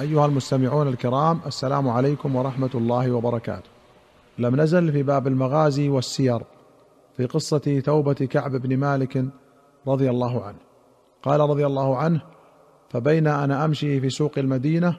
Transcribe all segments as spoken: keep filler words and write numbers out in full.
أيها المستمعون الكرام، السلام عليكم ورحمة الله وبركاته. لم نزل في باب المغازي والسير في قصة توبة كعب بن مالك رضي الله عنه. قال رضي الله عنه: فبين أنا أمشي في سوق المدينة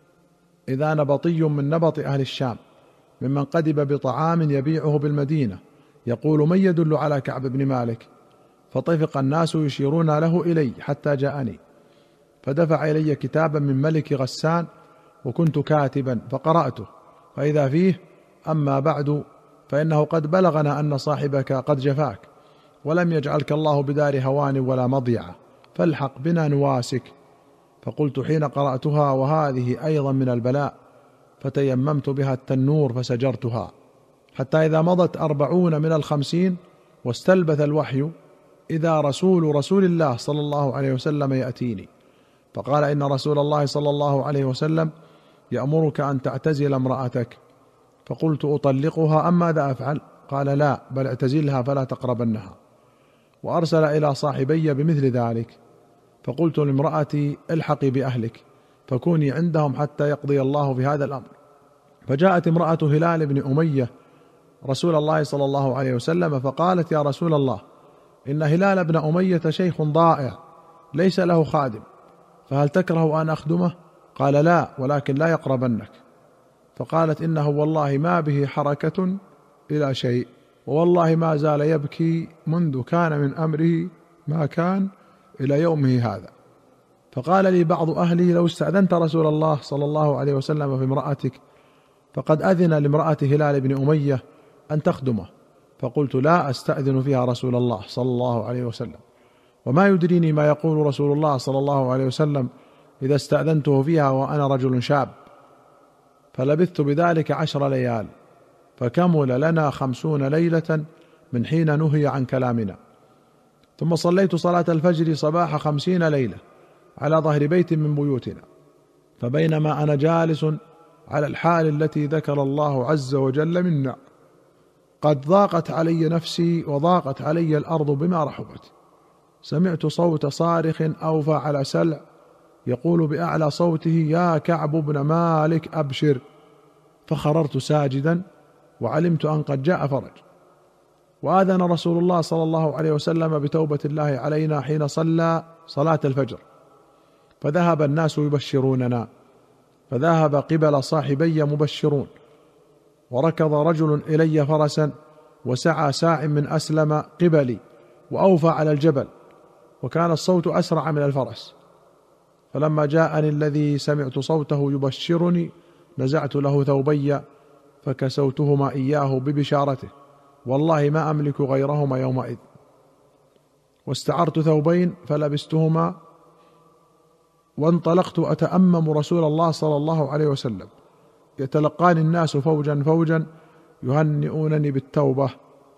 إذا نبطي من نبط أهل الشام ممن قدب بطعام يبيعه بالمدينة يقول: من يدل على كعب بن مالك؟ فطفق الناس يشيرون له إلي حتى جاءني، فدفع إلي كتابا من ملك غسان وكنت كاتبا فقرأته، فإذا فيه: أما بعد فإنه قد بلغنا أن صاحبك قد جفاك ولم يجعلك الله بدار هوان ولا مضيعة، فالحق بنا نواسك. فقلت حين قرأتها: وهذه أيضا من البلاء، فتيممت بها التنور فسجرتها، حتى إذا مضت أربعون من الخمسين واستلبث الوحي إذا رسول رسول الله صلى الله عليه وسلم يأتيني فقال: إن رسول الله صلى الله عليه وسلم يأمرك أن تعتزل امرأتك. فقلت: أطلقها أم ماذا أفعل؟ قال: لا، بل اعتزلها فلا تقربنها. وأرسل إلى صاحبي بمثل ذلك. فقلت لامرأتي: الحقي بأهلك فكوني عندهم حتى يقضي الله في هذا الأمر. فجاءت امرأة هلال بن أمية رسول الله صلى الله عليه وسلم فقالت: يا رسول الله، إن هلال بن أمية شيخ ضائع ليس له خادم، فهل تكره أن أخدمه؟ قال: لا، ولكن لا يقربنك. فقالت: إنه والله ما به حركة إلى شيء، ووالله ما زال يبكي منذ كان من أمره ما كان إلى يومه هذا. فقال لي بعض أهلي: لو استأذنت رسول الله صلى الله عليه وسلم في امرأتك، فقد أذن لامرأة هلال بن أمية أن تخدمه. فقلت: لا أستأذن فيها رسول الله صلى الله عليه وسلم، وما يدريني ما يقول رسول الله صلى الله عليه وسلم إذا استأذنته فيها وأنا رجل شاب. فلبثت بذلك عشر ليال، فكمل لنا خمسون ليلة من حين نهي عن كلامنا. ثم صليت صلاة الفجر صباح خمسين ليلة على ظهر بيت من بيوتنا. فبينما أنا جالس على الحال التي ذكر الله عز وجل منا قد ضاقت علي نفسي وضاقت علي الأرض بما رحبت، سمعت صوت صارخ أوفى على سلع يقول بأعلى صوته: يا كعب بن مالك أبشر. فخررت ساجدا وعلمت أن قد جاء فرج. وآذن رسول الله صلى الله عليه وسلم بتوبة الله علينا حين صلى صلاة الفجر، فذهب الناس يبشروننا، فذهب قبل صاحبي مبشرون، وركض رجل إلي فرسا وسعى ساع من أسلم قبلي وأوفى على الجبل، وكان الصوت أسرع من الفرس. فلما جاءني الذي سمعت صوته يبشرني نزعت له ثوبي فكسوتهما إياه ببشارته، والله ما أملك غيرهما يومئذ. واستعرت ثوبين فلبستهما وانطلقت أتأمم رسول الله صلى الله عليه وسلم، يتلقاني الناس فوجا فوجا يهنئونني بالتوبة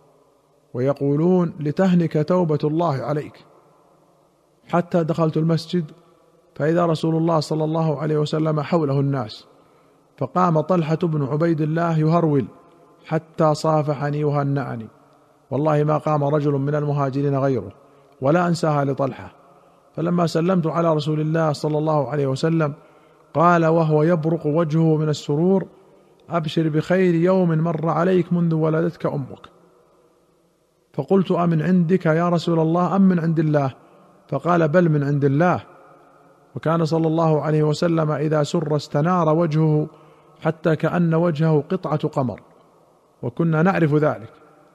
ويقولون: لتهنك توبة الله عليك. حتى دخلت المسجد فإذا رسول الله صلى الله عليه وسلم حوله الناس، فقام طلحة بن عبيد الله يهرول حتى صافحني وهنأني، والله ما قام رجل من المهاجرين غيره، ولا أنساها لطلحة. فلما سلمت على رسول الله صلى الله عليه وسلم قال وهو يبرق وجهه من السرور: أبشر بخير يوم مر عليك منذ ولدتك أمك. فقلت: أمن عندك يا رسول الله أم من عند الله؟ فقال: بل من عند الله. وكان صلى الله عليه وسلم إذا سر استنار وجهه حتى كأن وجهه قطعة قمر، وكنا نعرف ذلك.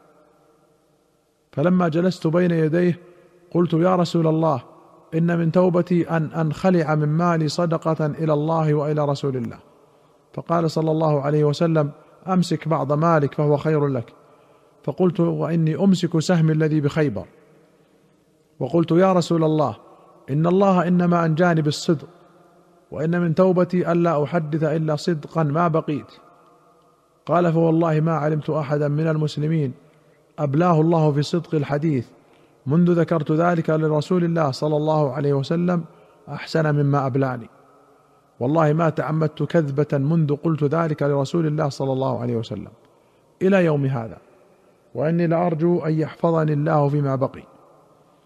فلما جلست بين يديه قلت: يا رسول الله، إن من توبتي أن أنخلع من مالي صدقة إلى الله وإلى رسول الله. فقال صلى الله عليه وسلم: أمسك بعض مالك فهو خير لك. فقلت: وإني أمسك سهمي الذي بخيبر. وقلت: يا رسول الله، إن الله إنما أنجاني بالصدق، وإن من توبتي ألا أحدث إلا صدقا ما بقيت. قال: فوالله ما علمت أحدا من المسلمين أبلاه الله في صدق الحديث منذ ذكرت ذلك لرسول الله صلى الله عليه وسلم أحسن مما أبلاني، والله ما تعمدت كذبة منذ قلت ذلك لرسول الله صلى الله عليه وسلم إلى يوم هذا، وإني لأرجو أن يحفظني الله فيما بقي.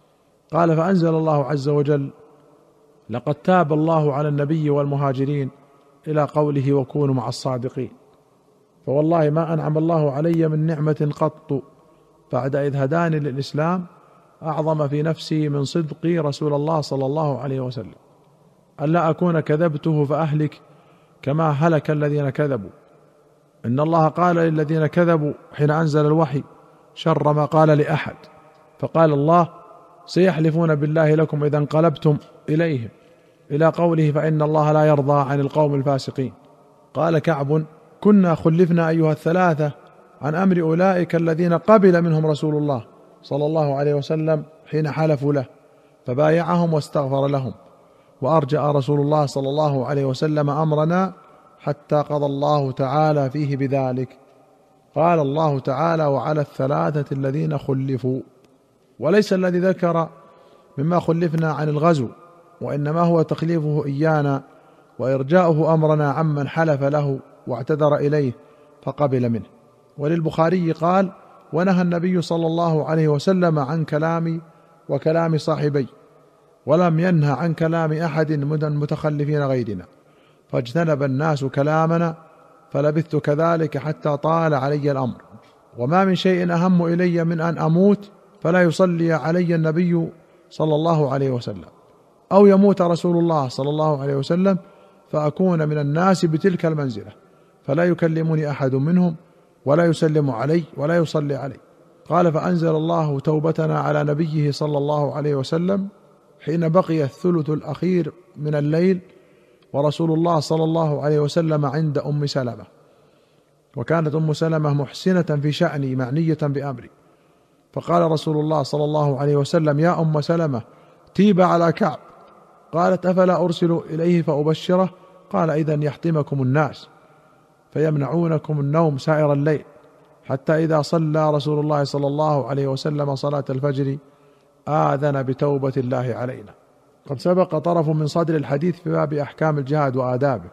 قال: فأنزل الله عز وجل: لقد تاب الله على النبي والمهاجرين إلى قوله وكونوا مع الصادقين. فوالله ما أنعم الله علي من نعمة قط بعد إذ هداني للإسلام أعظم في نفسي من صدقي رسول الله صلى الله عليه وسلم، ألا أكون كذبته فأهلك كما هلك الذين كذبوا. إن الله قال للذين كذبوا حين أنزل الوحي شر ما قال لأحد، فقال الله سيحلفون بالله لكم إذا انقلبتم إليهم، إلى قوله فإن الله لا يرضى عن القوم الفاسقين. قال كعب كنا خلفنا أيها الثلاثة عن أمر أولئك الذين قبل منهم رسول الله صلى الله عليه وسلم حين حلفوا له، فبايعهم واستغفر لهم، وأرجأ رسول الله صلى الله عليه وسلم أمرنا حتى قضى الله تعالى فيه بذلك. قال الله تعالى وعلى الثلاثة الذين خلفوا، وليس الذي ذكر مما خلفنا عن الغزو، وإنما هو تخليفه إيانا وإرجاؤه أمرنا عمن حلف له واعتذر إليه فقبل منه. وللبخاري قال ونهى النبي صلى الله عليه وسلم عن كلامي وكلام صاحبي، ولم ينهى عن كلام أحد من المتخلفين غيرنا، فاجتنب الناس كلامنا فلبثت كذلك حتى طال علي الأمر. وما من شيء أهم إلي من أن أموت فلا يصلي علي النبي صلى الله عليه وسلم، أو يموت رسول الله صلى الله عليه وسلم فأكون من الناس بتلك المنزلة، فلا يكلمني أحد منهم ولا يسلم علي ولا يصلي علي. قال فأنزل الله توبتنا على نبيه صلى الله عليه وسلم حين بقي الثلث الأخير من الليل ورسول الله صلى الله عليه وسلم عند أم سلمة، وكانت أم سلمة محسنة في شأني معنية بأمري، فقال رسول الله صلى الله عليه وسلم يا أم سلمة تيب على كعب. قالت أفلا أرسل إليه فأبشره؟ قال إذن يحطمكم الناس فيمنعونكم النوم سائر الليل، حتى إذا صلى رسول الله صلى الله عليه وسلم صلاة الفجر آذن بتوبة الله علينا. قد سبق طرف من صدر الحديث في باب أحكام الجهاد وآدابه،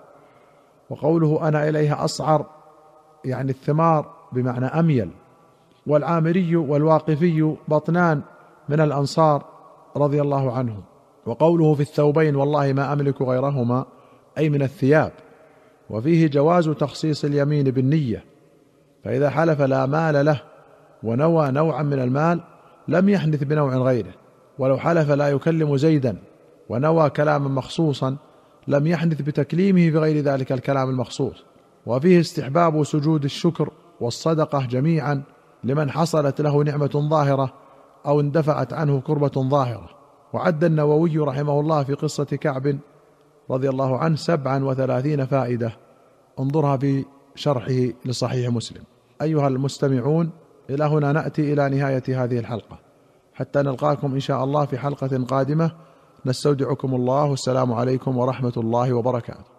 وقوله أنا إليها أصعر يعني الثمار بمعنى أميل. والعامري والواقفي بطنان من الأنصار رضي الله عنهم. وقوله في الثوبين والله ما أملك غيرهما أي من الثياب، وفيه جواز تخصيص اليمين بالنية، فإذا حلف لا مال له ونوى نوعا من المال لم يحنث بنوع غيره، ولو حلف لا يكلم زيدا ونوى كلاما مخصوصا لم يحنث بتكليمه بغير ذلك الكلام المخصوص. وفيه استحباب سجود الشكر والصدقة جميعا لمن حصلت له نعمة ظاهرة أو اندفعت عنه كربة ظاهرة. وعد النووي رحمه الله في قصة كعب رضي الله عنه سبعا وثلاثين فائدة، انظرها في شرحه لصحيح مسلم. أيها المستمعون، إلى هنا نأتي إلى نهاية هذه الحلقة، حتى نلقاكم إن شاء الله في حلقة قادمة، نستودعكم الله، والسلام عليكم ورحمة الله وبركاته.